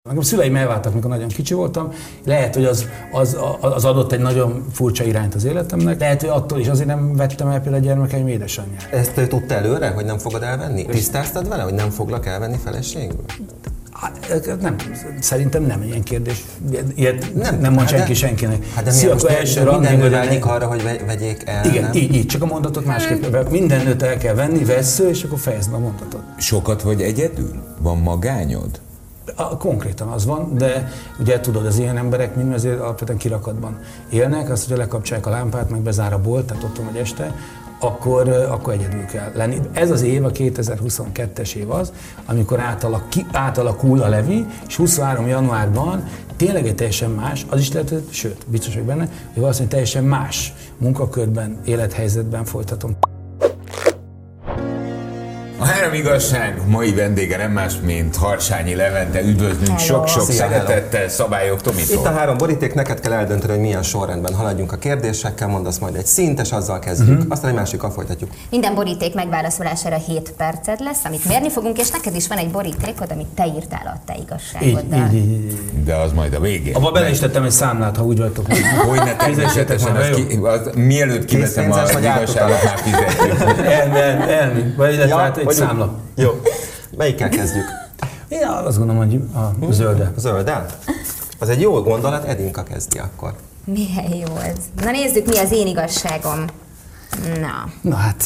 Nekem szüleim elváltak, mikor nagyon kicsi voltam. Lehet, hogy az adott egy nagyon furcsa irányt az életemnek. Lehet, hogy attól is azért nem vettem el például a gyermekeim édesanyját. Ezt tudta előre, hogy nem fogod elvenni? Tisztáztad vele, hogy nem foglak elvenni feleségül? Nem, szerintem nem ilyen kérdés. Ilyet nem mond senki senkinek. Hát de miért most minden nő válik arra, hogy vegyék el, igen, nem? így, csak a mondatot másképp. Minden nőt el kell venni, vessző, és akkor fejezd a mondatot. Sokat vagy egyedül? Van magányod? Konkrétan az van, de ugye tudod, az ilyen emberek mind azért alapvetően kirakatban élnek, azt, hogyha lekapcsolják a lámpát, meg bezár a bolt, tehát ott van egy este, akkor egyedül kell lenni. Ez az év, a 2022-es év az, amikor átalakul a Levi, és 23. januárban tényleg egy teljesen más, az is lehet, sőt, biztos vagyok benne, hogy valószínűleg teljesen más munkakörben, élethelyzetben folytatom. A Három igazság mai vendége nem más, mint Harsányi Levente. Üdvözlünk sok-sok szeretettel, Szabályok Tomitól. Itt a 3 boríték, neked kell eldönteni, hogy milyen sorrendben haladjunk a kérdésekkel, mondasz majd egy szintes, azzal kezdjük, aztán egy másikkal folytatjuk. Minden boríték megválaszolására 7 perced lesz, amit mérni fogunk, és neked is van egy borítékod, amit te írtál a te igazságoddal. Így. De az majd a végén. Abba bele is tettem egy számlát, ha úgy vagytok. Hogy ne természetesen, mielőtt kiveszem az igazságot, már fizetjük. Elmi. Vagy illetve egy számla. Jó. Melyikkel kezdjük? Én azt gondolom, hogy a zölddel. Zölddel? Az egy jó gondolat, Edinka kezdi akkor. Milyen jó ez. Na nézzük, mi az én igazságom. Na hát...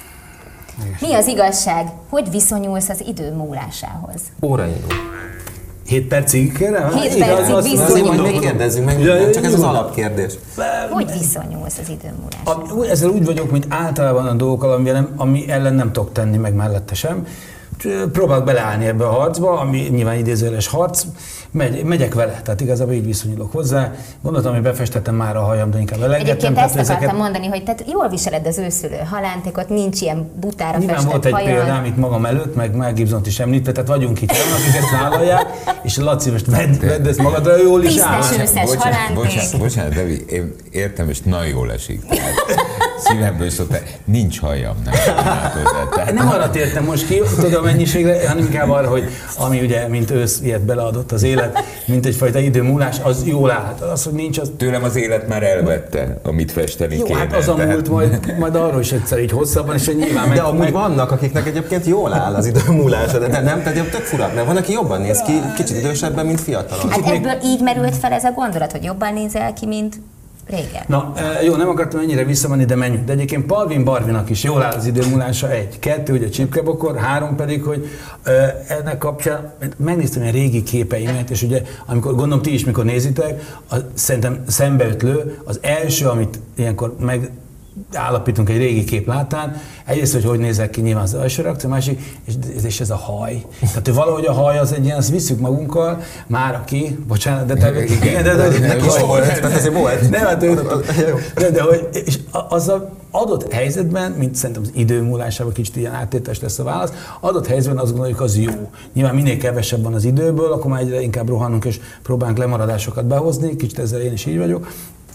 Mi az igazság? Hogy viszonyulsz az idő múlásához? Óraindul. 7 percig kell? 7 percig viszonyulsz. Azért majd még kérdezzünk meg, csak ez az alapkérdés. Hogy viszonyulsz az idő múlásához? Ezzel úgy vagyok, mint általában a dolgokkal, ami ellen nem tudok tenni, meg mellette sem. Próbálok beleállni ebbe a harcba, ami nyilván idézőjeles harc, megyek vele, tehát igazából így viszonyulok hozzá. Gondoltam, hogy befestettem már a hajam, de inkább elengettem. Egyébként ezt akartam mondani, hogy te jól viseled az őszülő halántékot, nincs ilyen butára nyilván festett volt egy hajad. Példám itt magam előtt, meg Mel Gibsont is említve, tehát vagyunk itt, akik ezt vállalják, és Laci most vedd ezt magadra, jól is áll. Tisztes, őszes halánték. Bocsánat, Devi, én értem, és nagyon jól esik. Szívemből szóval nincs hajam, nem arra tértem most ki, tudod a mennyiségre, hanem inkább arra, hogy ami ugye, mint ősz, ilyet beleadott az élet, mint egyfajta időmúlás, az jól állhat. Az, hogy nincs, az... Tőlem az élet már elvette, amit festeni jó, kéne. hát az a múlt, majd arról is egyszer így hosszabban, és hogy nyilván de amúgy vannak, akiknek egyébként jól áll az időmúlása, de nem, tehát tök fura, mert van, aki jobban néz ki, kicsit idősebben, mint fiatalon. Hát ebből így merült fel ez a gondolat, hogy jobban nézel ki, mint régen. Na, jó, nem akartam ennyire visszamenni, de menjünk. De egyébként Palvin Barbinak is jól áll az időmúlása 1. 2, ugye csipkebokor, 3 pedig, hogy ennek kapcsán megnéztem ilyen régi képeimet, és ugye, amikor gondolom ti is, mikor nézitek, szerintem szembeötlő, az első, amit ilyenkor állapítunk egy régi kép látán, egyrészt, hogy nézek ki, nyilván az első reakció, másik, és ez a haj. Tehát, hogy valahogy a haj az egy ilyen, azt visszük magunkkal, már aki, bocsánat, de neki is volt, tehát azért volt. Nem, hát de hogy, és az adott helyzetben, mint szerintem az idő múlásában kicsit ilyen áttétes lesz a válasz, adott helyzetben azt gondoljuk, az jó. Nyilván minél kevesebb van az időből, akkor már egyre inkább rohanunk és próbálunk lemaradásokat behozni, kicsit ezzel én is így vagyok.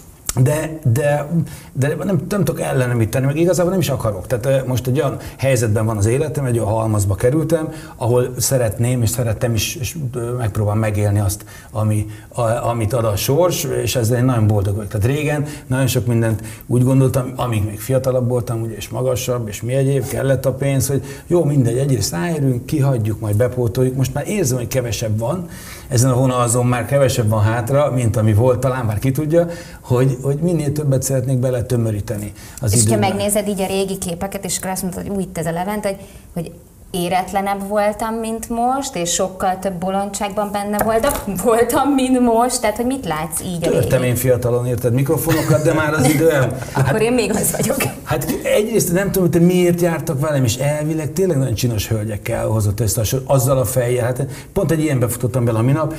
De nem tudok ellene mit tenni, meg igazából nem is akarok. Tehát most egy olyan helyzetben van az életem, egy olyan halmazba kerültem, ahol szeretném és szerettem is, és megpróbálom megélni azt, amit ad a sors, és ezzel én nagyon boldog vagyok. Tehát régen nagyon sok mindent úgy gondoltam, amíg még fiatalabb voltam, ugye, és magasabb, és mi egyéb, kellett a pénz, hogy jó, mindegy, egyrészt ráérünk, kihagyjuk, majd bepótoljuk. Most már érzem, hogy kevesebb van, ezen a vonalazon már kevesebb van hátra, mint ami volt, talán már ki tudja, hogy minél többet szeretnék bele tömöríteni az időben. És ha megnézed így a régi képeket, és akkor azt mondod, hogy úgy ez a Levente, hogy éretlenebb voltam, mint most, és sokkal több bolondságban benne voltam, mint most, tehát hogy mit látsz így a régi? Törtem én fiatalon, érted, mikrofonokat, de már az időm. Akkor én még az vagyok. Hát egyrészt nem tudom, hogy te miért jártak velem, és elvileg tényleg nagyon csinos hölgyekkel hozott ezt a sor, azzal a fejjel. Hát pont egy ilyenbe futottam bele a minap,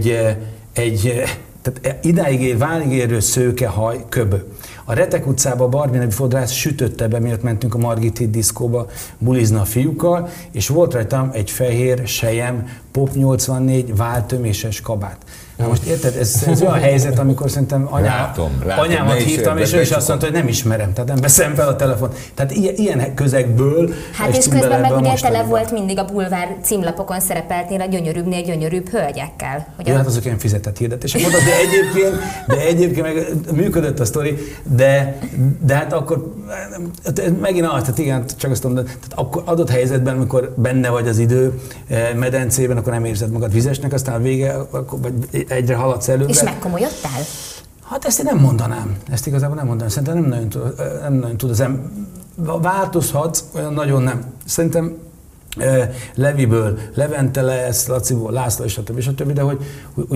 tehát idáig válig érő szőkehaj köbö. A Retek utcába a Barbie nevű fodrász sütötte be, miért mentünk a Margit híd diszkóba bulizni a fiúkkal, és volt rajtam egy fehér sejem Pop 84 váltöméses kabát. Na most érted, ez olyan helyzet, amikor szerintem anyámat hívtam, és ő is azt mondta, hogy nem ismerem, tehát nem veszem fel a telefon. Tehát ilyen közegből. Hát és közben meg ugye tele volt mindig a bulvár címlapokon szerepeltél a gyönyörűbbnél gyönyörűbb hölgyekkel. Ja, hát azok ilyen fizetett hirdetések voltak, de egyébként meg működött a sztori, de hát akkor megint tehát igen, csak azt mondom, tehát akkor adott helyzetben, amikor benne vagy az idő medencében, akkor nem érzed magad vizesnek, aztán a vége, vagy egyre haladsz előbb. És megkomolyodtál? Hát ezt én nem mondanám. Ezt igazából nem mondanám. Szerintem nem nagyon tud az ember. Változhatsz, olyan nagyon nem. Szerintem Leviből, Levente lesz, Laciból, László és stb. De hogy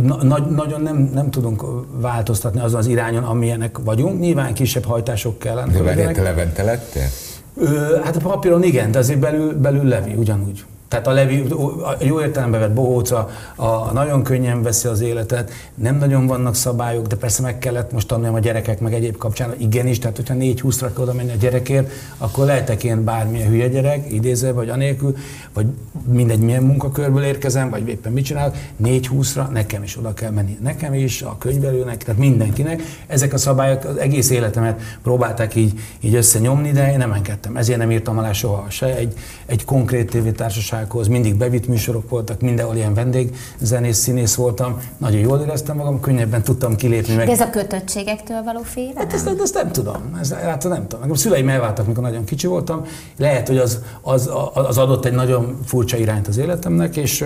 nagyon nem tudunk változtatni azon az irányon, amilyenek vagyunk. Nyilván kisebb hajtások kellene. De várjál, te Levente lettél? Hát a papíron igen, de azért belül Levi ugyanúgy. Tehát a Levi jó értelemben vett bohóca, nagyon könnyen veszi az életet, nem nagyon vannak szabályok, de persze meg kellett most tanulni a gyerekek meg egyéb kapcsán, igenis, tehát hogyha 4-20-ra kell oda menni a gyerekért, akkor lehetek én bármilyen hülye gyerek, idézve, vagy anélkül, vagy mindegy milyen munkakörből érkezem, vagy éppen mit csinálok, 4-20-ra nekem is oda kell menni. Nekem is, a könyvelőnek, tehát mindenkinek. Ezek a szabályok az egész életemet próbálták így összenyomni, de én nem engedtem. Ezért nem írtam alá soha se egy konkrét tévétársaság, mindig bevitt műsorok voltak, mindenhol ilyen vendégzenész, színész voltam, nagyon jól éreztem magam, könnyebben tudtam kilépni meg. De ez a kötöttségektől való félelem? Hát ezt nem tudom, nem tudom. A szüleim elváltak, mikor nagyon kicsi voltam, lehet, hogy az adott egy nagyon furcsa irányt az életemnek, és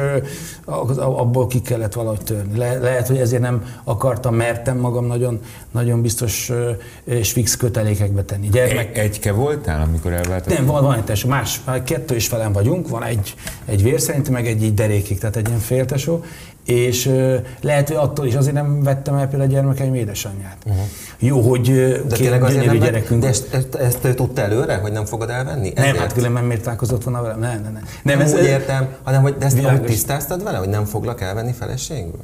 abból ki kellett valahogy törni. Lehet, hogy ezért nem mertem magam nagyon biztos és fix kötelékekbe tenni. Egyke voltál, amikor elváltak? Nem, van egy tesó, kettő és felem vagyunk, van egy vérszerinti, meg egy derékig, tehát egy ilyen féltesó, és lehet, hogy attól is azért nem vettem el például a gyermekeim édesanyját. Jó, hogy gyönyörű gyerekünk. De ezt tudta előre, hogy nem fogod elvenni? Nem, hát különben miért találkozott volna velem? Nem, úgy értem, hanem hogy de ezt tisztáztad vele, hogy nem foglak elvenni feleségül?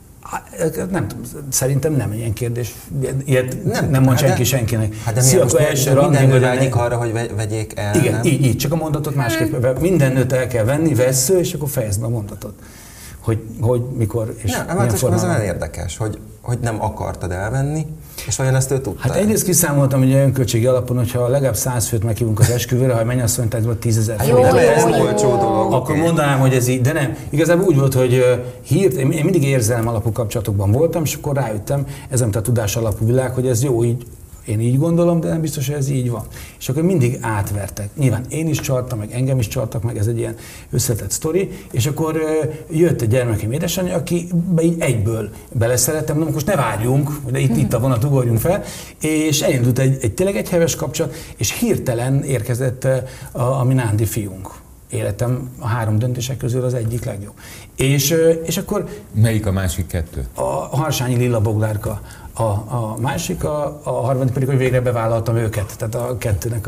Nem tudom, szerintem nem ilyen kérdés. Ilyet nem mond senkinek. Hát de minden nő vágyik arra, hogy vegyék el, igen, nem? Így, csak a mondatot másképp. Minden nőt el kell venni, vessző, és akkor fejezd be a mondatot. Hogy mikor és milyen formában. Ez olyan érdekes, hogy nem akartad elvenni, és vajon ezt ő tudta? Hát egyrészt kiszámoltam, hogy önköltségi alapon, hogyha legalább 100 főt meghívunk az esküvőre, ha mennyasszony, tehát volt 10 000 forint. Akkor mondanám, hogy ez így, de nem. Igazából úgy volt, hogy én mindig érzelem alapú kapcsolatokban voltam, és akkor rájöttem, ez a tudás alapú világ, hogy ez jó így. Én így gondolom, de nem biztos, hogy ez így van. És akkor mindig átvertek. Nyilván én is csaltam, meg engem is csaltak, meg ez egy ilyen összetett sztori, és akkor jött egy gyermekem édesanyja, aki így egyből beleszerettem, na most ne várjunk, de itt a vonat, ugorjunk fel, és elindult tényleg egy heves kapcsolat, és hirtelen érkezett a mi Nándi fiunk. Életem a 3 döntések közül az egyik legjobb. És akkor... Melyik a másik kettő? A Harsányi Lilla Boglárka. A másik, a harmadik pedig, hogy végre bevállaltam őket, tehát a kettőnek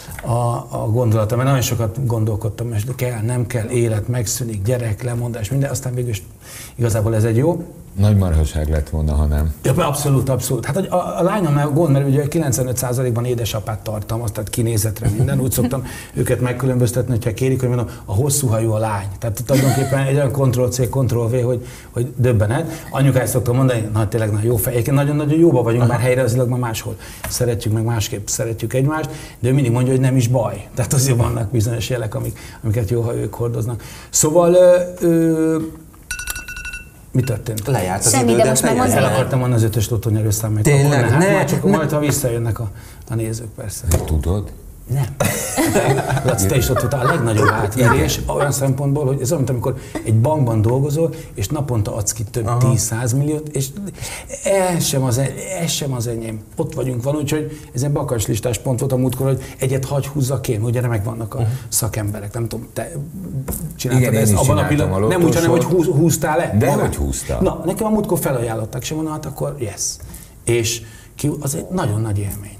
a gondolata, mert nagyon sokat gondolkodtam, és kell, nem kell, élet megszűnik, gyerek, lemondás, minden, aztán végül is igazából ez egy jó. Nagy marhaság lett volna, ha nem. Ja, abszolút. Hát a lányomnál gond, mert ugye 95%-ban édesapát tartalmaz, tehát kinézetre minden. Úgy szoktam őket megkülönböztetni, hogyha kérik, hogy mondom, a hosszú hajú a lány. Tehát tulajdonképpen egy olyan Ctrl-C, Ctrl-V, hogy döbbenet. Anyukáig szoktam mondani, na tényleg nagyon jó fej. Egyébként nagyon-nagyon jóban vagyunk, már helyreazilag már máshol. Szeretjük, meg másképp szeretjük egymást, de ő mindig mondja, hogy nem is baj. Tehát azért vannak bizonyos jelek, amiket jó, ha ők hordoznak. Szóval mi történt? Lejárt az semmi, idő, de most már El akartam mondani az 5-ös lottonyerőszámot. Tényleg? Hát csak majd, ha visszajönnek a nézők, persze. Tudod? Nem. Laci, te is ott voltál, a legnagyobb átverés olyan szempontból, hogy ez olyan, mint amikor egy bankban dolgozol, és naponta adsz ki több 10-100 milliót, és ez sem az enyém. Ott vagyunk van, úgyhogy ez egy bakancslistás pont volt a múltkor, hogy egyet hagy húzzak én, ugye megvannak a szakemberek, nem tudom, te csináltad ezt abban a pillanatban. Nem úgy, hanem hogy húztál-e? De hogy húztál. Na, nekem a múltkor felajánlották, sem mondom, hát akkor yes. És az egy nagyon nagy élmény.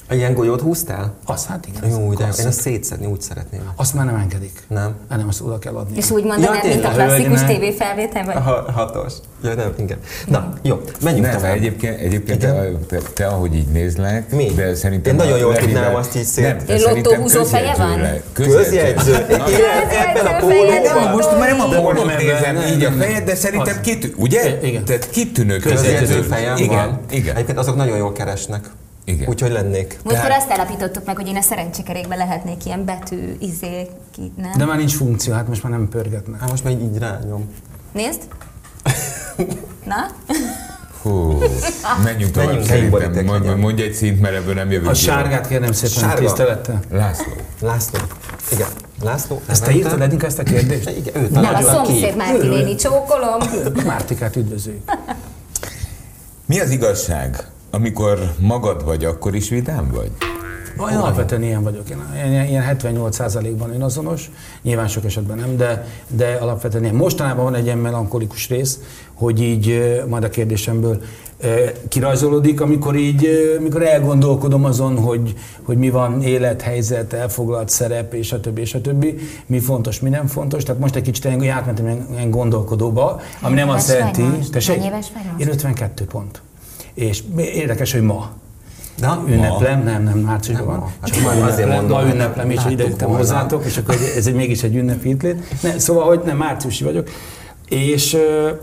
Ilyen golyót húztál? Az, hát igen. Jó, de én azt szétszedni úgy szeretném. Azt már nem engedik. Nem? Nem, azt oda kell adni. És úgy mondanád, mint a klasszikus tévéfelvétel, vagy? 6-os. Ja, nem, igen. Na, jó, menjünk tovább. Egyébként te, ahogy így nézlek, mi? De szerintem... Én nagyon jól tudnám azt így szét. Egy lottóhúzó feje van? Közjegyző. Ebben a pólóban. Most már nem a pólót nézem így a fejed, de szerintem ugye? Igen. Tehát kitűnő közjegyző fejem van. Igen. Egyébként azok nagyon jól keresnek. Igen. Úgyhogy lennék. Múltkor azt állapítottuk meg, hogy én a szerencsékerékben lehetnék ilyen betű, nem? De már nincs funkció, hát most már nem pörgetnek. Hát most már így rányom. Nézd! Na? Hú, menjünk tovább szerintem. Mondj egy szint, mert ebből nem jövünk. A sárgát kérem szépen, tisztelettel. László. Igen. László. Ezt te írtad eddig ezt a kérdést? Igen, őt Nem, a szomszéd Márti néni, csókolom. Mártikát üdvözöljük. Mi az igazság? Amikor magad vagy, akkor is vidám vagy? Én alapvetően ilyen vagyok. Én ilyen 78%-ban önazonos, nyilván sok esetben nem, de alapvetően ilyen. Mostanában van egy ilyen melankolikus rész, hogy így majd a kérdésemből kirajzolódik, amikor elgondolkodom azon, hogy mi van, élethelyzet, elfoglalt szerep, és a többi, mi fontos, mi nem fontos. Tehát most egy kicsit átmentem ilyen gondolkodóba, ami nem azt jelenti... Hány éves vagy most? Én 52 pont. És érdekes, hogy ma. Ünneplem? Nem, márciusban van. Azért mondom, ma ünneplem, és ide jöttem hozzátok, és akkor ez mégis egy ünnepi ítlét. Szóval, hogy nem, márciusi vagyok. És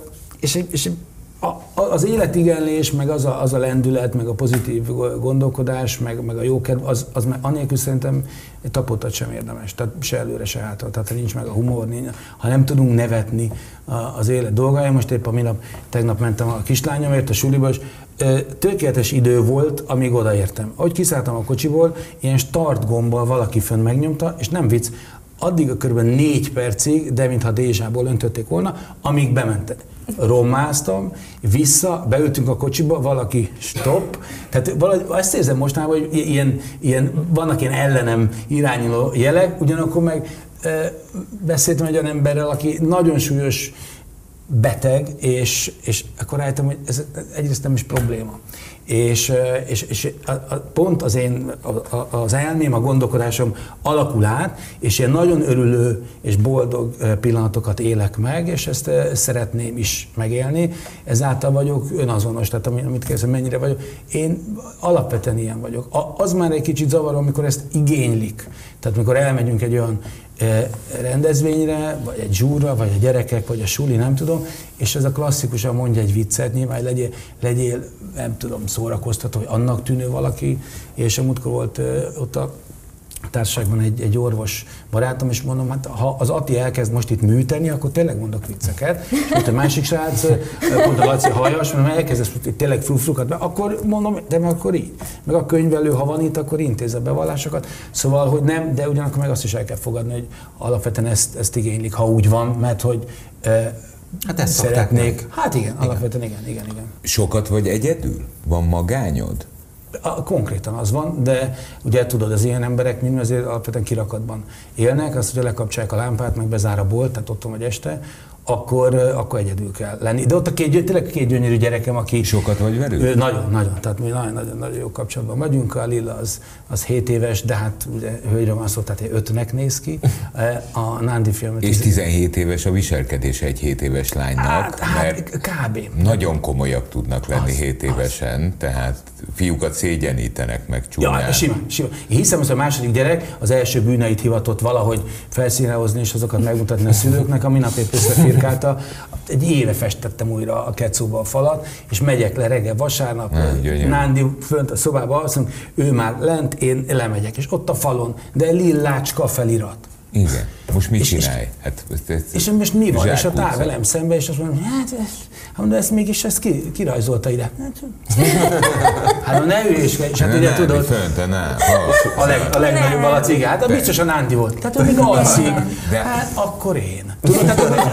az életigenlés, meg az a lendület, meg a pozitív gondolkodás, meg a jókedv, az anélkül szerintem egy tapottat sem érdemes. Tehát se előre, se hátra. Tehát ha nincs meg a humor, ha nem tudunk nevetni az élet dolgája. Most épp tegnap mentem a kislányomért a suliba, és tökéletes idő volt, amíg odaértem. Ahogy kiszálltam a kocsiból, ilyen start gombbal valaki fönn megnyomta, és nem vicc, addig a kb. 4 percig, de mintha dézsából öntötték volna, amíg bementek. Rommáztam, vissza, beültünk a kocsiba, valaki stop. Tehát valahogy ezt érzem mostanában, hogy vannak ilyen ellenem irányuló jelek, ugyanakkor meg beszéltem egy olyan emberrel, aki nagyon súlyos beteg, és akkor rájöttem, hogy ez egyrészt nem is probléma. És pont az elmém, a gondolkodásom alakul át, és ilyen nagyon örülő és boldog pillanatokat élek meg, és ezt szeretném is megélni. Ezáltal vagyok önazonos, tehát amit kérdezem, mennyire vagyok. Én alapvetően ilyen vagyok. Az már egy kicsit zavaró, amikor ezt igénylik. Tehát amikor elmegyünk egy olyan rendezvényre, vagy egy zsúrra, vagy a gyerekek, vagy a suli, nem tudom, és ez a klasszikusan mondja egy viccet, nyilván legyél nem tudom, szórakoztató, hogy annak tűnő valaki, és a múltkor volt ott a társaságban egy orvos barátom, és mondom, hát ha az Ati elkezd most itt műteni, akkor tényleg mondok vicceket. És ott a másik srác, pont a Laci hajas, mondom, elkezdesz tényleg frufrukat, akkor mondom, de meg akkor így. Meg a könyvelő, ha van itt, akkor intéz a bevallásokat. Szóval, hogy nem, de ugyanakkor meg azt is el kell fogadni, hogy alapvetően ezt igénylik, ha úgy van, mert hogy hát ezt szeretnék. Hát igen, alapvetően igen. Sokat vagy egyedül? Van magányod? Konkrétan az van, de ugye tudod, az ilyen emberek mind azért alapvetően kirakatban élnek, azt, hogyha lekapcsolják a lámpát, meg bezár a bolt, tehát otthon vagy este, akkor egyedül kell lenni. De ott tényleg két gyönyörű gyerekem, aki... Sokat vagy velük? Nagyon. Tehát mi nagyon jó kapcsolatban vagyunk. A Lilla az 7 éves, de hát ugye hölgyre van szó, tehát 5-nek néz ki. A Nándi filmet... És 17 éves a viselkedése egy 7 éves lánynak, mert kb. Nagyon komolyak tudnak lenni 7 évesen, tehát fiúkat szégyenítenek meg csúnyán. Ja, simán. Én hiszem, hogy a második gyerek az első bűneit hivatott valahogy felszínre hozni, és azokat megmutatni a szülőknek, a minap épp összefirkálta. Egy éve festettem újra a kecóba a falat, és megyek le reggel vasárnap, Nándi fönt a szobába, azt mondom, ő már lent, én lemegyek, és ott a falon, de lillácska felirat. Igen. Most mit csinálj? És most mi van? És a tár velem szembe, és azt mondom, de ezt mégis kirajzolta ide. Hát ne üljéskedj, és hát ugye tudod, a legnagyobb alacig, hát biztos a Nándi volt. Tehát ő még alszik, hát akkor én. Tudod,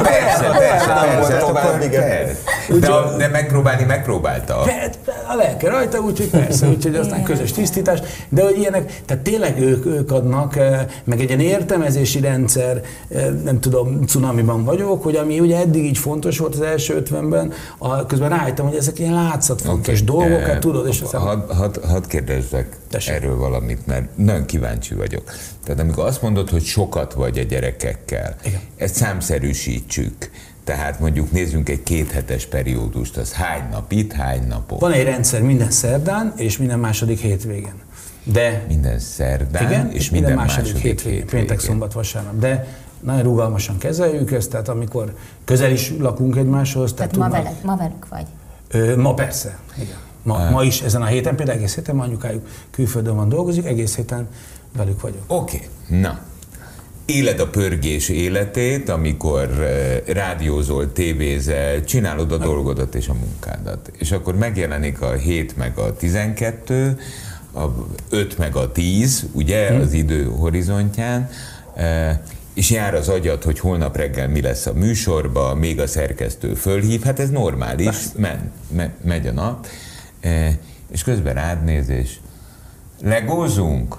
persze. De megpróbálta. A lelke rajta, úgyhogy persze, úgyhogy aztán közös tisztítás, de hogy ilyenek, tehát tényleg ők adnak, meg egy ilyen értelmezési rendszer, nem tudom, cunamiban vagyok, hogy ami ugye eddig így fontos volt az első 50-ben, közben rájöttem, hogy ezek ilyen látszatfontos dolgok, tudod, és hadd kérdezzek erről valamit, mert nagyon kíváncsi vagyok. Tehát amikor azt mondod, hogy sokat vagy a gyerekekkel, igen, ezt számszerűsítsük. Tehát mondjuk nézzünk egy 2 hetes periódust, az hány nap itt, hány napon? Van egy rendszer minden szerdán és minden második hétvégén. De minden szerdán igen, és minden második hétvégén. Péntek, szombat, vasárnap. De nagyon rugalmasan kezeljük ezt, tehát amikor közel is lakunk egymáshoz. Tehát ma velük vagy? Ma persze, igen. Ma is ezen a héten, például egész héten anyukájuk külföldön van, dolgozik, egész héten velük vagyok. Oké. Na. Éled a pörgés életét, amikor rádiózol, tévézel, csinálod a dolgodat és a munkádat. És akkor megjelenik a 7 meg a 12, a 5 meg a 10, ugye, az idő horizontján, és jár az agyad, hogy holnap reggel mi lesz a műsorba, még a szerkesztő fölhív, hát ez normális, megy a nap, és közben rád néz, és legózunk.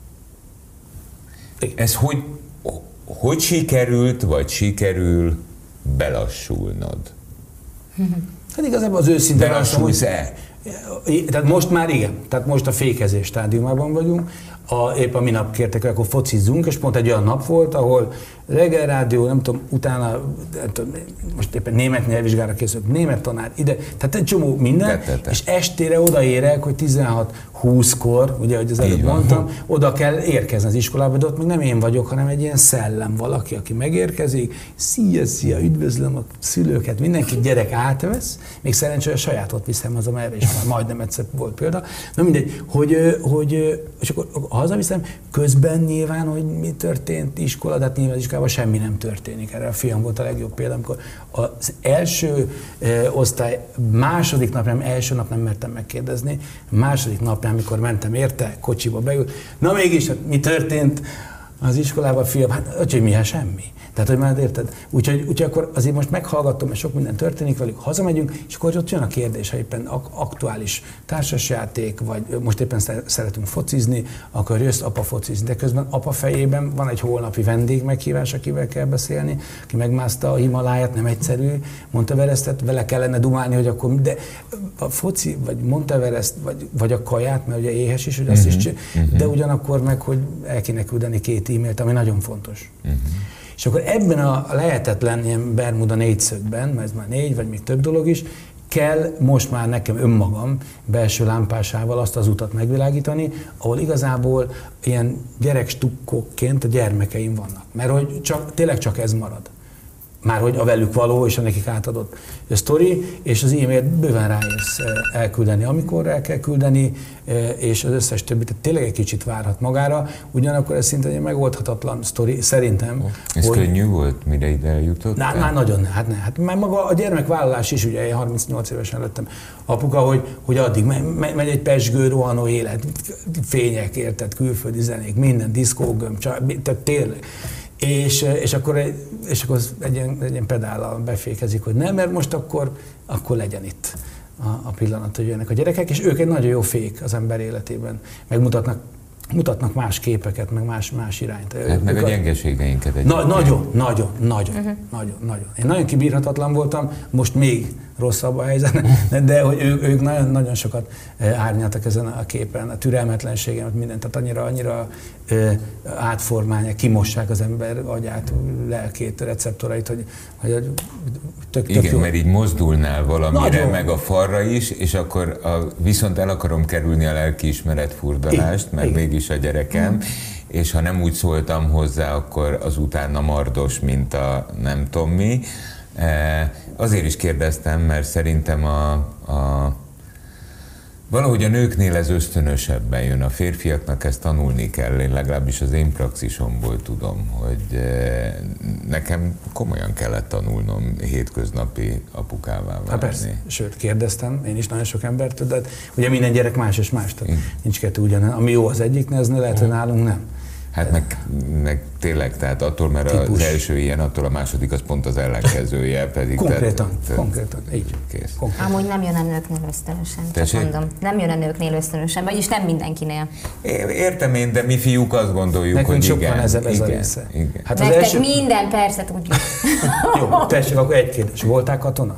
Ez hogy sikerült, vagy sikerül belassulnod? Hát igazából az őszinte belassulsz-e? Tehát most már igen, tehát most a fékezés stádiumában vagyunk. Épp a minap kértek, hogy akkor focizzunk, és pont egy olyan nap volt, ahol reggel rádió, nem tudom, utána, most éppen német nyelvvizsgára készült, német tanár, ide, tehát egy csomó minden, és estére odaérek, hogy 16-20-kor, ugye, ahogy az előbb mondtam, oda kell érkezni az iskolába, de ott még nem én vagyok, hanem egy ilyen szellem valaki, aki megérkezik, szia, üdvözlöm a szülőket, mindenki gyerek átvesz, még szerencsére a sajátot viszem az, erre is már majdnem egyszer volt példa. Na mindegy, és akkor hazaviszem, közben nyilván, hogy mi történt iskola, de hát nyilván az iskolában semmi nem történik. Erre a fiam volt a legjobb példa, amikor az első osztály első nap nem mertem megkérdezni, második napján, amikor mentem érte, kocsiba beült, na mégis, hát mi történt az iskolában, fiam? Hát öcsém, mi? Hát semmi. Tehát, hogy már érted? Úgyhogy akkor azért most meghallgattam, mert sok minden történik velük, hazamegyünk, és akkor ott jön a kérdés, ha éppen aktuális társasjáték, vagy most éppen szeretünk focizni, akkor jössz apa focizni, de közben apa fejében van egy holnapi vendég meghívás, akivel kell beszélni, aki megmászta a Himaláját, nem egyszerű, Monteverestet, vele kellene dumálni, hogy akkor, de a foci, vagy Monteverest, vagy a kaját, mert ugye éhes is, hogy azt is csinál, de ugyanakkor meg, hogy el kéne küldeni 2 e-mailt, ami nagyon fontos. És akkor ebben a lehetetlen ilyen Bermuda négyszögben, mert ez már 4, vagy még több dolog is, kell most már nekem önmagam belső lámpásával azt az utat megvilágítani, ahol igazából ilyen gyerekstukkokként a gyermekeim vannak. Mert hogy tényleg csak ez marad. Már hogy a velük való és a nekik átadott sztori, és az e-mailt bőven ráérsz elküldeni, amikor el kell küldeni, és az összes többit, tehát tényleg egy kicsit várhat magára, ugyanakkor ez szinte egy megoldhatatlan sztori, szerintem. Ez könnyű volt, mire ide eljutott? Már nagyon, hát már maga a gyermekvállalás is, ugye én 38 évesen lettem apuka, hogy addig megy egy pesgő, rohanó élet, fények, érted, külföldi zenék, minden, diszkógömb, tehát tényleg. És akkor egy ilyen pedállal befékezik, hogy nem, mert most akkor legyen itt a pillanat, hogy jönnek a gyerekek, és ők egy nagyon jó fék az ember életében. Mutatnak más képeket, meg más irányt. Hát meg a gyengeségeinket egyébként. Nagyon. Én nagyon kibírhatatlan voltam, most még rosszabb a helyzet, de hogy ők nagyon, nagyon sokat árnyaltak ezen a képen, a türelmetlenségemet, mindent, tehát annyira átformálják, kimossák az ember agyát, lelkét, receptorait, hogy tök igen, jó. Mert így mozdulnál valamire, nagyon. Meg a falra is, és akkor viszont el akarom kerülni a lelkiismeret furdalást, mert mégis a gyerekem, és ha nem úgy szóltam hozzá, akkor az utána mardos, mint a nem tudom mi. Azért is kérdeztem, mert szerintem valahogy a nőknél ez ösztönösebben jön, a férfiaknak ezt tanulni kell, én legalábbis az én praxisomból tudom, hogy nekem komolyan kellett tanulnom hétköznapi apukává válni. Hát persze, sőt kérdeztem, én is nagyon sok embertől, de ugye minden gyerek más és más, tehát nincs kettő ugyanaz. Ami jó az egyiknél, az lehet, hogy nálunk nem. Hát meg tényleg, tehát attól, mert típus. Az első ilyen, attól a második az pont az ellenkezője, pedig... Konkrétan, így. Kész. Amúgy nem jön a nőknél ösztönösen, csak mondom. Nem jön a nőknél ösztönösen, vagyis nem mindenkinél. Értem én, de mi fiúk azt gondoljuk, nekünk hogy igen. Ez a része. Igen. Hát nektek minden, persze tudjuk. Jó, tessék, akkor egy kérdés. Voltál katona?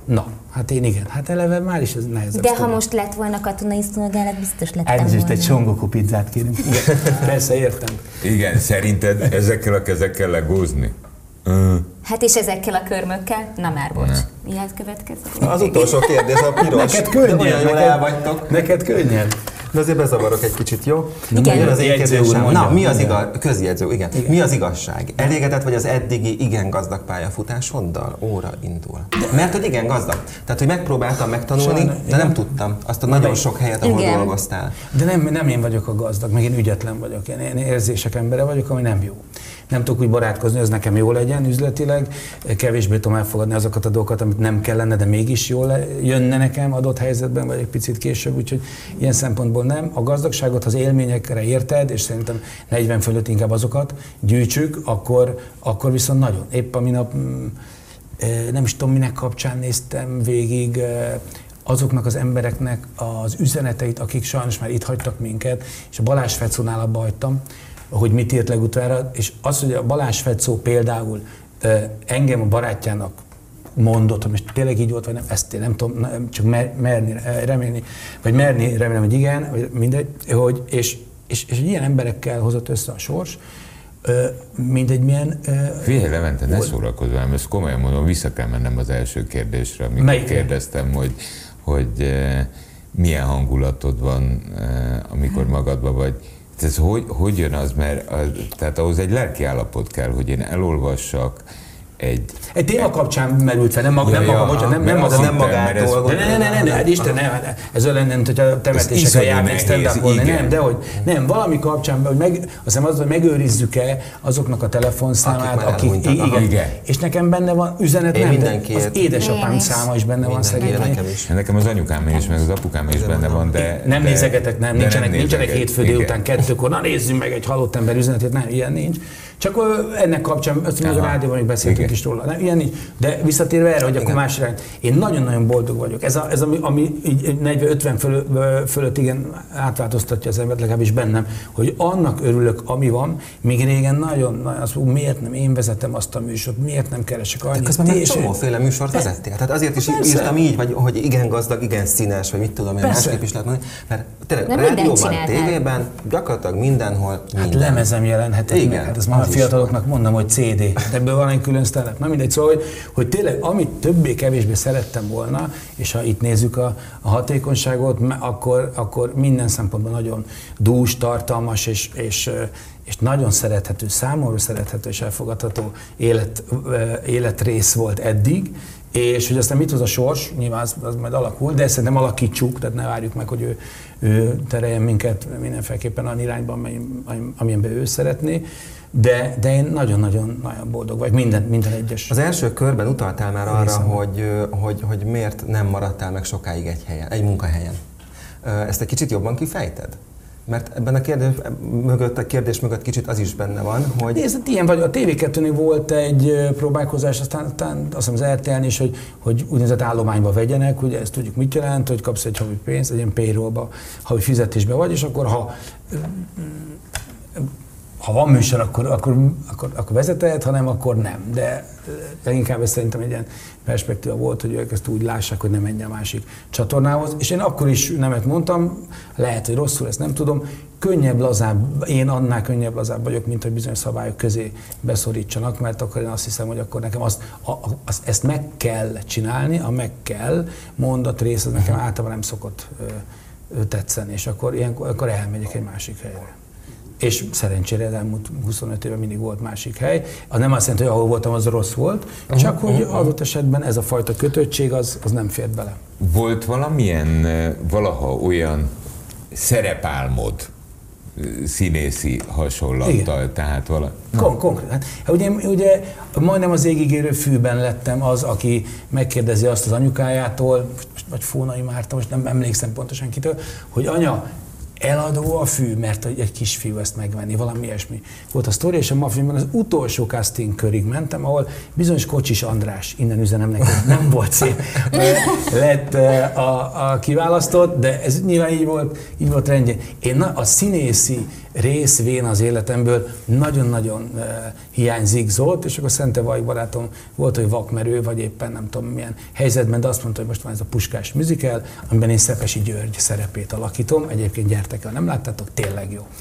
Na, hát én igen. Hát eleve már is ez nehezebb. De ha most lett volna katonai szolgálat, biztos lettem volna. Elnézést, egy Son Goku pizzát kérünk. Persze, értem. Igen, szerinted ezekkel a kezekkel legózni? Hát és ezekkel a körmökkel? Na már bocs. Ilyet következik. Az utolsó kérdés, a piros. Neked könnyen, de olyan jól el vagytok. Neked könnyen. De azért bezavarok egy kicsit, jó? Igen. Jön az én kérdésem. mondja. Na, mi az közjegyző, igen. Mi az igazság? Elégedett vagy az eddigi igen gazdag pályafutásoddal? Óra indul. Mert hogy igen gazdag. Tehát, hogy megpróbáltam megtanulni, de nem tudtam. Azt a nagyon sok helyet, ahol dolgoztál. De nem én vagyok a gazdag, meg én ügyetlen vagyok. Én érzések embere vagyok, ami nem jó. Nem tudok úgy barátkozni, hogy ez nekem jó legyen üzletileg, kevésbé tudom elfogadni azokat a dolgokat, amit nem kellene, de mégis jól jönne nekem adott helyzetben, vagy egy picit később, úgyhogy ilyen szempontból nem. A gazdagságot, ha az élményekre érted, és szerintem 40 fölött inkább azokat gyűjtsük, akkor viszont nagyon. Épp a minap, nem is tudom minek kapcsán néztem végig azoknak az embereknek az üzeneteit, akik sajnos már itt hagytak minket, és a Balázs Fecónál abba hagytam, hogy mit írt legutoljára, és az, hogy a Balázs Fecó például engem a barátjának mondott, hogy most tényleg így volt, vagy nem, ezt én nem tudom, csak merni remélni, vagy merni remélem, hogy igen, vagy mindegy, hogy, és ilyen emberekkel hozott össze a sors, mindegy milyen... Figyelj, Levente, ne szórakozz velem, ezt komolyan mondom, vissza kell mennem az első kérdésre, amikor kérdeztem, hogy milyen hangulatod van, amikor magadban vagy. Ez hogy jön az, mert tehát ahhoz egy lelki állapot kell, hogy én elolvassak egy téma kapcsán merült fel, nem magától. Ne, Isten, ez olyan lenne, hogy a temetésekre járni, stand-upolni, nem, de hogy nem, valami kapcsán, hogy hogy megőrizzük-e azoknak a telefonszámát, akik igen. És nekem benne van üzenet, az édesapám száma is benne van szegényen. Nekem az anyukám is, meg az apukám is benne van, de... Nem nézegetek, nem, nincsenek hétfő délután 2-kor, na nézzünk meg egy halott ember üzenetét, nem, ilyen nincs. Csak ennek kapcsán, azt mondjuk a rádióban még beszéltünk is róla, nem, ilyen nincs. De visszatérve erre, hogy akkor más irány, én nagyon-nagyon boldog vagyok. Ez ami így 40-50 fölött igen átváltoztatja az embert, legalábbis bennem, hogy annak örülök, ami van, még régen nagyon azt mondom, miért nem én vezetem azt a műsort, miért nem keresek annyit. De közben már csomóféle műsort vezettél. Tehát azért is írtam így, vagy hogy igen gazdag, igen színes, vagy mit tudom én, másképp is lehet mondani. Mert tényleg rádióban, tévében, gyakorlatilag mindenhol minden. Hát lemezem jelenhetett meg, hát ezt már a fiataloknak mondom, hogy CD. Ebből van egy külön stand-up. Na mindegy, szóval, hogy tényleg amit többé-kevésbé szerettem volna, és ha itt nézzük a hatékonyságot, akkor minden szempontból nagyon dús, tartalmas és nagyon szerethető, számomra szerethető és elfogadható életrész volt eddig, és hogy aztán mit hoz a sors, nyilván az majd alakul, de szerintem alakítsuk, tehát ne várjuk meg, hogy ő tereljen minket mindenféleképpen olyan irányban, amilyenben ő szeretné. De én nagyon-nagyon boldog vagyok, minden egyes. Az első körben utaltál már arra, hogy miért nem maradtál meg sokáig egy munkahelyen. Ezt egy kicsit jobban kifejted? Mert ebben a kérdés mögött kicsit az is benne van, hogy... Nézd, ilyen vagy. A TV2-nél volt egy próbálkozás, aztán azt hiszem az RTL-n is, hogy úgynevezett állományba vegyenek, ugye ezt tudjuk mit jelent, hogy kapsz egy havi pénzt, egy ilyen payrollba, havi fizetésbe vagy, és akkor ha van műsor, akkor vezeted, ha nem, akkor nem. De inkább ez szerintem egy ilyen perspektíva volt, hogy ők ezt úgy lássák, hogy nem menjen a másik csatornához. És én akkor is nemet mondtam, lehet, hogy rosszul, ezt nem tudom, könnyebb, lazább, én annál könnyebb, lazább vagyok, mint hogy bizonyos szabályok közé beszorítsanak, mert akkor én azt hiszem, hogy akkor nekem ezt meg kell csinálni, a meg kell mondatrész, az nekem általában nem szokott tetszeni, és akkor elmegyek egy másik helyre. És szerencsére az elmúlt 25 éve mindig volt másik hely. Az nem azt jelenti, hogy ahol voltam, az rossz volt, csak hogy adott esetben ez a fajta kötöttség, az nem fért bele. Volt valamilyen, valaha olyan szerepálmod színészi hasonlattal, igen. Tehát Konkrétan. Ugye majdnem az égig érő fűben lettem az, aki megkérdezi azt az anyukájától, vagy Fónai Márta, most nem emlékszem pontosan kitől, hogy anya, eladó a fű, mert egy kisfiú ezt megvenni, valami ilyesmi. Volt a sztori, és a Maffinban az utolsó casting körig mentem, ahol bizonyos Kocsis András, innen üzenem neki, nem volt szép, lett a kiválasztott, de ez nyilván így volt rendjén. Én a színészi részvén az életemből nagyon-nagyon hiányzik Zolt, és akkor Szente Vaj barátom volt, hogy vakmerő, vagy éppen nem tudom milyen helyzetben, de azt mondta, hogy most van ez a Puskás musical, amiben én Szepesi György szerepét alakítom, egyébként gyertek el, nem láttátok, tényleg jó.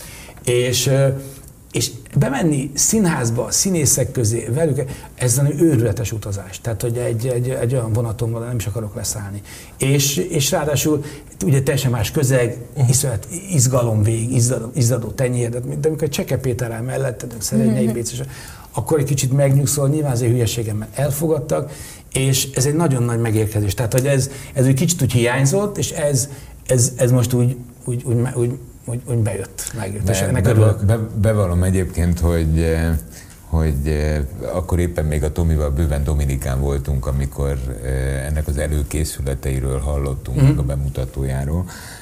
És bemenni színházba, színészek közé, velük, ez egy őrületes utazás. Tehát, hogy egy olyan vonaton van, nem is akarok leszállni. És ráadásul ugye teljesen más közeg, iszonyat izgalom végig, izzadó tenyér, de amikor Cseke Péter áll melletted, Szerényei Bécés, akkor egy kicsit megnyugszol, nyilván az én hülyeségemmel elfogadtak, és ez egy nagyon nagy megérkezés. Tehát, hogy ez egy kicsit úgy hiányzott, és ez most úgy bejött, megjött, és ennek örülök. Bevallom egyébként, hogy akkor éppen még a Tomival bőven Dominikán voltunk, amikor ennek az előkészületeiről hallottunk, a bemutatójáról,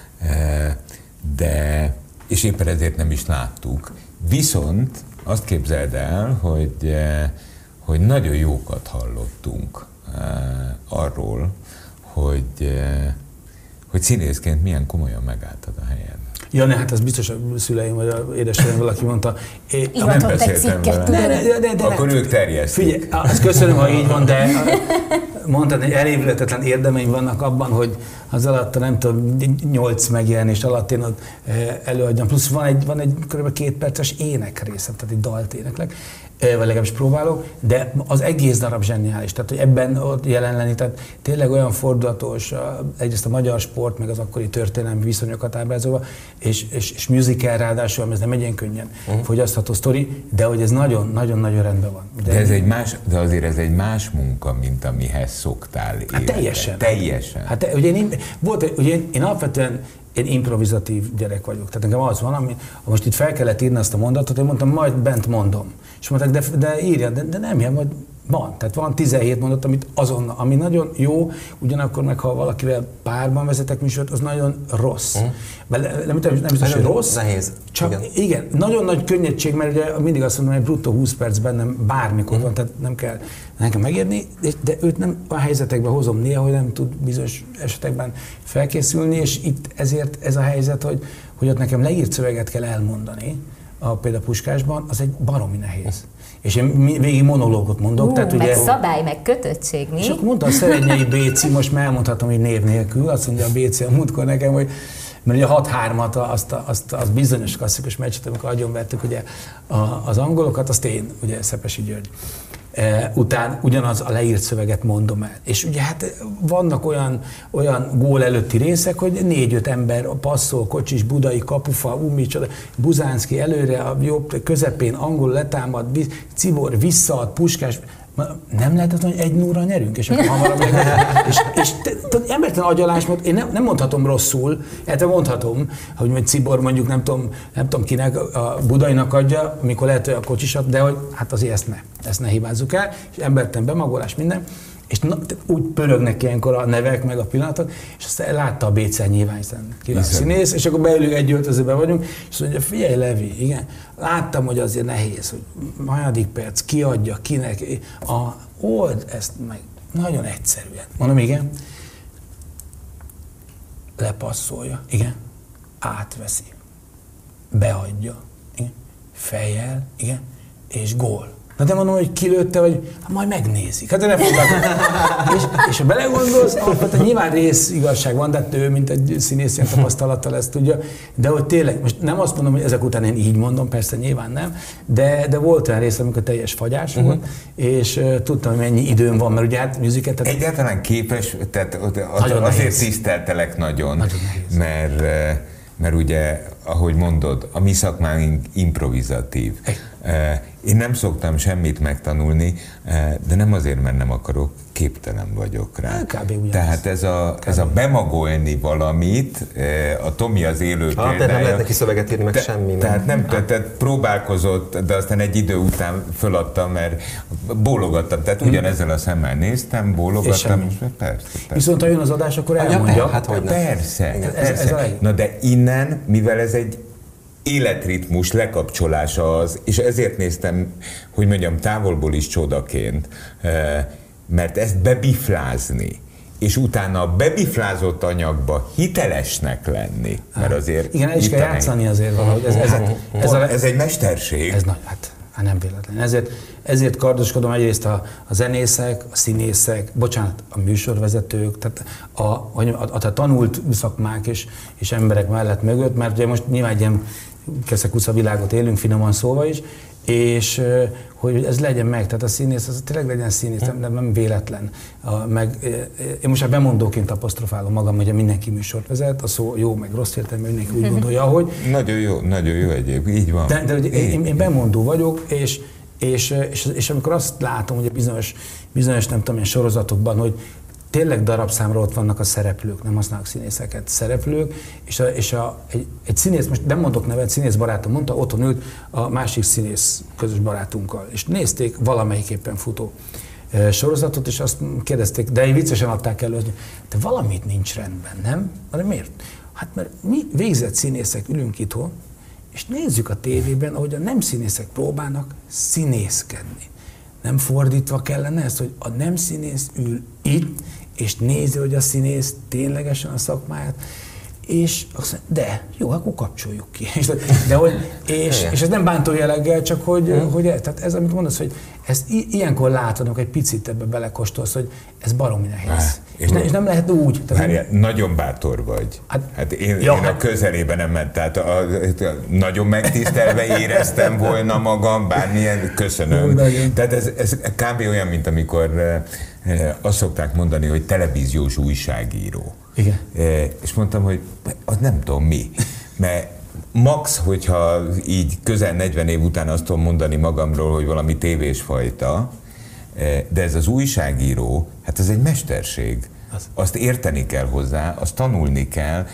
és éppen ezért nem is láttuk. Viszont azt képzeld el, hogy nagyon jókat hallottunk arról, hogy színészként milyen komolyan megálltad a helyed. Ja, ne, hát ez biztos a szüleim, vagy a édesanyám valaki mondta. Iratott egy cikket, de akkor ők terjesztik. Figyelj, azt köszönöm, ha így van, de mondtad, hogy elévülhetetlen érdemeim vannak abban, hogy az alatt, nem tudom, 8 megjelenés alatt én ott előadjam. Plusz van egy kb. 2 perces ének részem, tehát egy dalt éneklek, vagy legalábbis próbálok, de az egész darab zseniális, tehát hogy ebben ott jelen lenni, tehát tényleg olyan fordulatos, egyrészt a magyar sport, meg az akkori történelmi viszonyokat ábrázolva, és musical ráadásul, ez nem egy ilyen könnyen fogyasztható sztori, de hogy ez nagyon-nagyon rendben van. De azért ez egy más munka, mint amihez szoktál élni. Hát teljesen. Hát ugye én alapvetően én improvizatív gyerek vagyok. Tehát nekem az van, ami most itt fel kellett írni azt a mondatot, én mondtam, majd bent mondom. És mondták, de írja, de nem ilyen, majd van. Tehát van 17 mondat, ami nagyon jó, ugyanakkor meg ha valakivel párban vezetek műsort, az nagyon rossz. Nem biztos, hogy rossz. Nehéz. Csak igen, nagyon nagy könnyedség, mert ugye mindig azt mondom, hogy bruttó 20 perc bennem bármikor van, tehát nem kell megérni, de őt nem a helyzetekben hozom néha, hogy nem tud bizonyos esetekben felkészülni, és itt ezért ez a helyzet, hogy ott nekem leírt szöveget kell elmondani, például Puskásban, az egy baromi nehéz. És én végig monológot mondok. Tehát meg ugye, szabály, meg kötöttség, mi? És akkor mondta a Szerényei Béci, most már elmondhatom, hogy név nélkül, azt mondja a Béci a múltkor nekem, hogy mert ugye a 6-3-at, azt bizonyos klasszikus meccset, amikor agyonvettük ugye az angolokat, azt én, ugye Szepesi György. Után ugyanaz a leírt szöveget mondom el. És ugye hát vannak olyan gól előtti részek, hogy 4-5 ember passzol, Kocsis, Budai, Kapufa, micsoda, Buzánszki előre, a jobb közepén angol letámad, Cibor visszaad, Puskás, nem lehetett, hogy 1-0-ra nyerünk, és akkor hamarabb és embertelen agyalásmód, én nem mondhatom rosszul, mondhatom, hogy majd Cibor mondjuk nem tudom kinek, a Budainak adja, mikor lehet, hogy a Kocsisat, de hogy hát azért ezt ne hibázzuk el, és embertelen bemagolás, minden, és úgy pörögnek ilyenkor a nevek, meg a pillanatok, és aztán látta a Bécel nyilván, hiszen kíván színész, és akkor beülünk egy öltözőben vagyunk, és azt mondja, figyelj Levi, igen, láttam, hogy azért nehéz, hogy hanyadik perc, kiadja, kinek, old ezt meg nagyon egyszerűen. Mondom, igen, lepasszolja, igen, átveszi, beadja, igen, fejjel, igen, és gól. Na de mondom, hogy kilőtte, vagy majd megnézik. Hát de ne és ha belegondolsz, alapvetően nyilván rész igazság van, de ő, mint egy színész ilyen tapasztalattal ezt tudja, de hogy tényleg, most nem azt mondom, hogy ezek után én így mondom, persze nyilván nem, de volt olyan rész, amikor teljes fagyás volt, és tudtam, hogy mennyi időm van, mert ugye hát musicet... Egyáltalán képes, tehát azért tiszteltelek nagyon mert ugye, ahogy mondod, a mi szakmánk improvizatív. Én nem szoktam semmit megtanulni, de nem azért, mert nem akarok, képtelen vagyok rá. Tehát ez a bemagolni valamit, a Tomi az élő példája. Nem lehet neki szöveget írni, meg semmi. Tehát próbálkozott, de aztán egy idő után föladtam, mert bólogattam. Tehát ugyanezzel a szemmel néztem, bólogattam, és persze. Viszont ha jön az adás, akkor elmondja. Hát hogy persze. Na de innen, mivel ez egy életritmus lekapcsolása az, és ezért néztem, hogy mondjam, távolból is csodaként, mert ezt bebiflázni, és utána a bebiflázott anyagba hitelesnek lenni, mert azért... Igen, el is kell játszani azért valahogy. Ez egy mesterség. Ez nagy, hát nem véletlen. Ezért kardoskodom egyrészt a zenészek, a színészek, a műsorvezetők, tehát a tanult szakmák és emberek mellett mögött, mert ugye most nyilván egy ilyen keszekusza világot élünk, finoman szóval is, és hogy ez legyen meg, tehát a színész, az tényleg legyen színész, nem véletlen. Én most már bemondóként apostrofálom magam, hogy mindenki műsort vezet, a szó jó, meg rossz értelemben mindenki úgy gondolja, hogy... Nagyon jó egyébként, így van. De én bemondó vagyok, és amikor azt látom, hogy bizonyos nem tudom, ilyen sorozatokban, hogy tényleg darabszámra ott vannak a szereplők, nem használok színészeket, szereplők, egy színész, most nem mondok nevet, színész barátom mondta, otthon ült a másik színész közös barátunkkal, és nézték valamelyik éppen futó sorozatot, és azt kérdezték, de viccesen adták elő, hogy de valamit nincs rendben, nem? De miért? Hát mert mi végzett színészek ülünk itthon, és nézzük a tévében, ahogy a nem színészek próbálnak színészkedni. Nem fordítva kellene ezt, hogy a nem színész ül itt, és nézi, hogy a színész ténylegesen a szakmáját, és azt mondja, de jó, akkor kapcsoljuk ki. És ez nem bántó jelleggel, csak tehát ez, amit mondasz, hogy ezt ilyenkor látod, egy picit ebbe belekóstolsz, hogy ez baromi nehéz. És nem lehet úgy. Várjál, nagyon bátor vagy. Hát én a közelébe nem ment, tehát nagyon megtisztelve éreztem volna magam, bármilyen, köszönöm. Tehát ez kb. Olyan, mint amikor azt szokták mondani, hogy televíziós újságíró. Igen. És mondtam, hogy az nem tudom mi, mert max, hogyha így közel 40 év után azt tudom mondani magamról, hogy valami tévésfajta, de ez az újságíró, hát ez egy mesterség. Azt érteni kell hozzá, azt tanulni kell.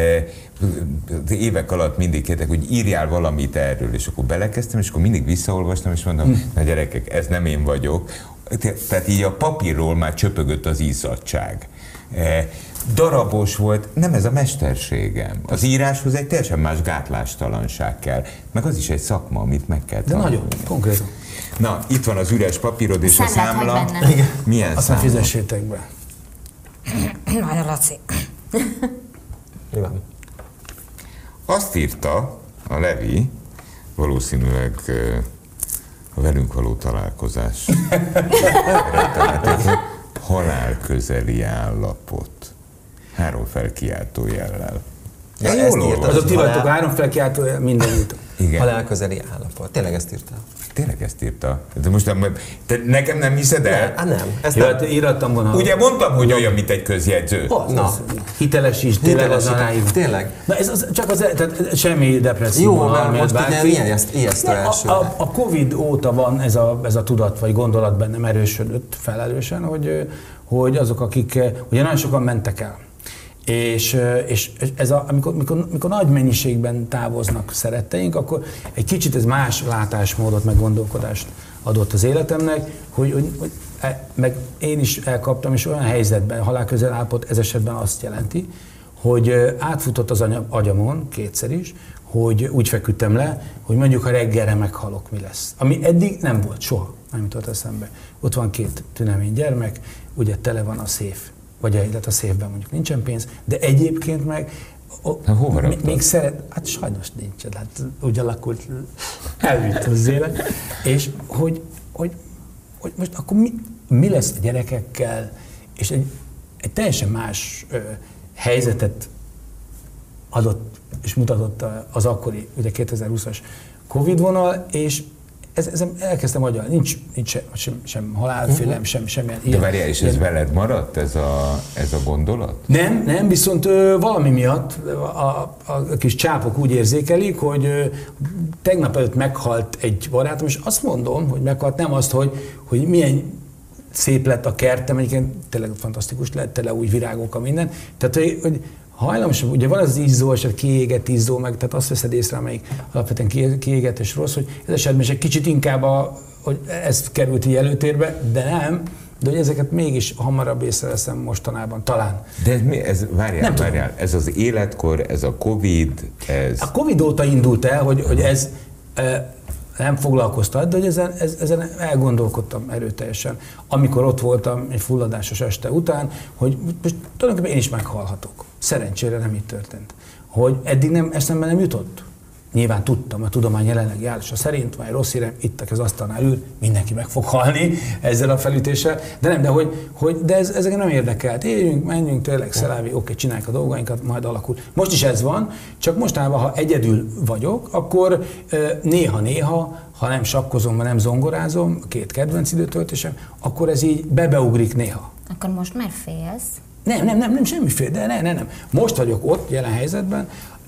Évek alatt mindig kértek, hogy írjál valamit erről, és akkor belekezdtem, és akkor mindig visszaolvastam, és mondom, na gyerekek, ez nem én vagyok. Tehát így a papírról már csöpögött az izzadtság. Darabos volt, nem ez a mesterségem. Az íráshoz egy teljesen más gátlástalanság kell, meg az is egy szakma, amit meg kell tanulni. De nagyon, konkrétan. Na, itt van az üres papírod és a számla. Milyen aztán számla? Fizessétek be. Várja, Laci. Mi van? Azt írta a Levi, valószínűleg a velünk való találkozás halálközeli állapot. 3 felkiáltó jellel. Ja, ezt írta. Azok ti vagytok, 3 felkiáltó mindenütt. Halálközeli állapot. Tényleg ezt írta? Tényleg ezt írta. De most te nekem nem hiszed el? Nem. Ezt nem. Írattam volna. Ugye mondtam, hogy olyan, mint egy közjegyző. Hitelesíts, tényleg az aráig. Tényleg. Na ez csak tehát semmi depresszió. Jó, mert most ugye ijesztő első. A Covid óta van ez a tudat vagy gondolat bennem erősödött felelősen, hogy azok, akik ugye nagyon sokan mentek el. És ez amikor nagy mennyiségben távoznak szeretteink, akkor egy kicsit ez más látásmódot, meg gondolkodást adott az életemnek, meg én is elkaptam, és olyan helyzetben, halálközel állapot ez esetben azt jelenti, hogy átfutott az agyamon kétszer is, hogy úgy feküdtem le, hogy mondjuk ha reggelre meghalok, mi lesz. Ami eddig nem volt, soha nem jutott eszembe. Ott van 2 tünemény gyermek, ugye tele van a széf. Vagy a széfben mondjuk nincsen pénz, de egyébként meg még hát sajnos nincsen, hát úgy alakult, elvitt az élet, és hogy most akkor mi lesz a gyerekekkel, és egy teljesen más helyzetet adott és mutatott az akkori, ugye 2020-as Covid vonal, és ezen elkezdtem agyalni, nincs sem halálfélelem, semmilyen ilyen. De várjál, és ez veled maradt, ez a gondolat? Nem, viszont valami miatt a kis csápok úgy érzékelik, hogy tegnap előtt meghalt egy barátom, és azt mondom, hogy meghalt, nem azt, hogy milyen szép lett a kertem, egyébként tényleg fantasztikus lett, tele új virágokkal minden. Tehát, hogy hajlamos, ugye van az izzó, eset kiégett izzó, meg tehát azt veszed észre, amelyik alapvetően kiégett és rossz, hogy ez esetben is egy kicsit inkább, hogy ez került így előtérbe, de nem, de hogy ezeket mégis hamarabb észreveszem mostanában, talán. De várjál, ez az életkor, ez a Covid, ez... A Covid óta indult el, hogy ez nem foglalkoztat, de hogy ezen elgondolkodtam erőteljesen, amikor ott voltam egy fulladásos este után, hogy most tulajdonképpen én is meghalhatok. Szerencsére nem így történt. Hogy eddig eszembe nem jutott. Nyilván tudtam, a tudomány jelenlegi állása szerint, vagy rossz hírem, itt az asztalnál ül, mindenki meg fog halni ezzel a felütéssel, de nem, de ez nem érdekelt. Éljünk, menjünk, tényleg szelávi, oké, csináljuk a dolgainkat, majd alakul. Most is ez van, csak mostanában, ha egyedül vagyok, akkor néha-néha, ha nem sakkozom, vagy nem zongorázom, 2 kedvenc időtöltésem, akkor ez így beugrik néha. Akkor most már félsz? Nem, semmiféle, de nem. Most vagyok ott, jelen helyzetben,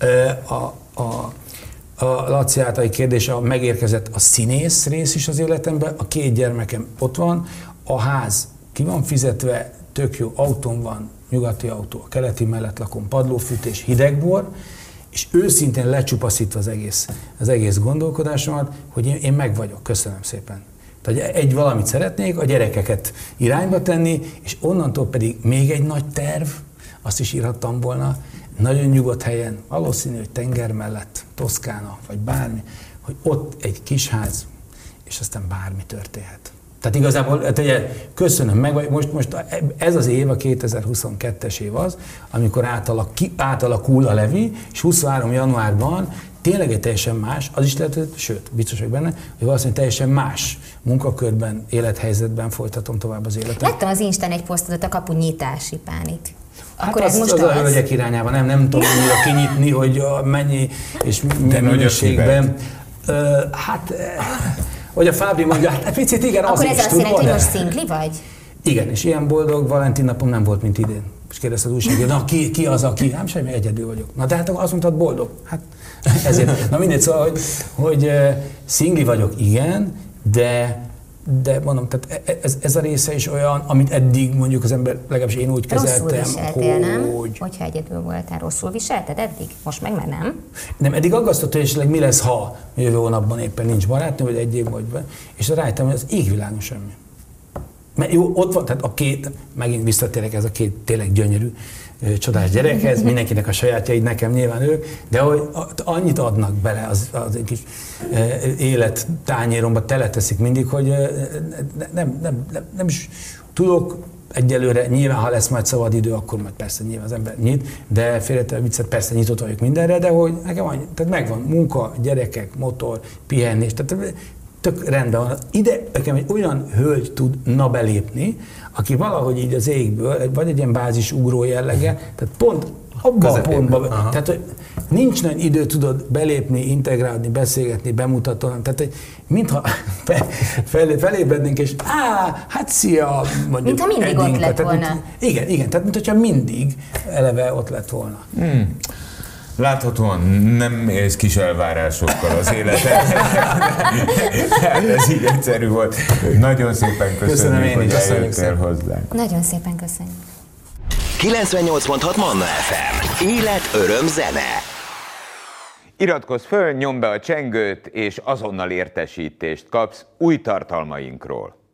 a Laci általi kérdése, megérkezett a színész rész is az életemben, a 2 gyermekem ott van, a ház ki van fizetve, tök jó autóm van, nyugati autó, a keleti mellett lakom, padlófűtés, hidegbor, és őszintén lecsupaszítva az egész gondolkodásomat, hogy én meg vagyok, köszönöm szépen. Tehát egy valamit szeretnék, a gyerekeket irányba tenni, és onnantól pedig még egy nagy terv, azt is írhattam volna, nagyon nyugodt helyen, valószínű, hogy tenger mellett, Toszkána, vagy bármi, hogy ott egy kis ház, és aztán bármi történhet. Tehát igazából, köszönöm meg, most ez az év, a 2022-es év az, amikor átalakul a Levi, és 23. januárban tényleg egy teljesen más, az is lehet, sőt, biztos vagyok benne, hogy valószínűleg teljesen más munkakörben, élethelyzetben folytatom tovább az életet. Láttam az Instán egy posztot, a kapu nyitási pánik. Akkor hát ez most az a hölgyek irányában, nem tudom annyira kinyitni, hogy mennyi és milyen minőségben. Hogy a Fábri mondja, hát picit igen, akkor az ez is azt jelenti, hogy de... most szingli vagy? Igen, és ilyen boldog Valentin napom nem volt, mint idén. És kérdezte az újságíró, na ki az, aki? Nem semmi, egyedül vagyok. Na de hát azt mondtad, boldog. Hát ezért. Na mindegy, szóval, hogy szingli vagyok, igen, de mondom, tehát ez a része is olyan, amit eddig mondjuk az ember, legalábbis én úgy kezeltem, viseltél, nem? Hogyha egyedül voltál, rosszul viselted eddig? Most meg már nem? Nem, eddig aggasztott, hogy esetleg mi lesz, ha jövő hónapban éppen nincs barátnő, vagy egy év vagy be, és rájöttem, hogy az égvilágon semmi. Mert jó, ott van, tehát megint visszatérek ez a 2 tényleg gyönyörű, csodás gyerekhez, mindenkinek a sajátjaid, nekem nyilván ők, de hogy annyit adnak bele az egy kis élettányéromba, teleteszik mindig, hogy nem is tudok egyelőre, nyilván ha lesz majd szabad idő, akkor majd persze nyilván az ember nyit, de félretéve viccet, persze nyitott vagyok mindenre, de hogy nekem annyi, tehát megvan munka, gyerekek, motor, pihenés, tehát tök rendben van. Ide nekem egy olyan hölgy tudna belépni, aki valahogy így az égből, vagy egy ilyen bázisugró jellege, tehát pont abban a pontban, tehát hogy nincs nagyon idő, tudod belépni, integrálni, beszélgetni, bemutatni, tehát hogy mintha felébrednénk, és hát szia, mondjuk. Mintha mindig ott lett volna. Igen, tehát mintha mindig eleve ott lett volna. Láthatóan nem élsz kis elvárásokkal az életed. Ez így egyszerű volt. Nagyon szépen köszönjük, hogy eljöttél hozzánk. Nagyon szépen köszönjük. 98.6 Manna FM. Élet, öröm, zene. Iratkozz föl, nyomd be a csengőt, és azonnal értesítést kapsz új tartalmainkról.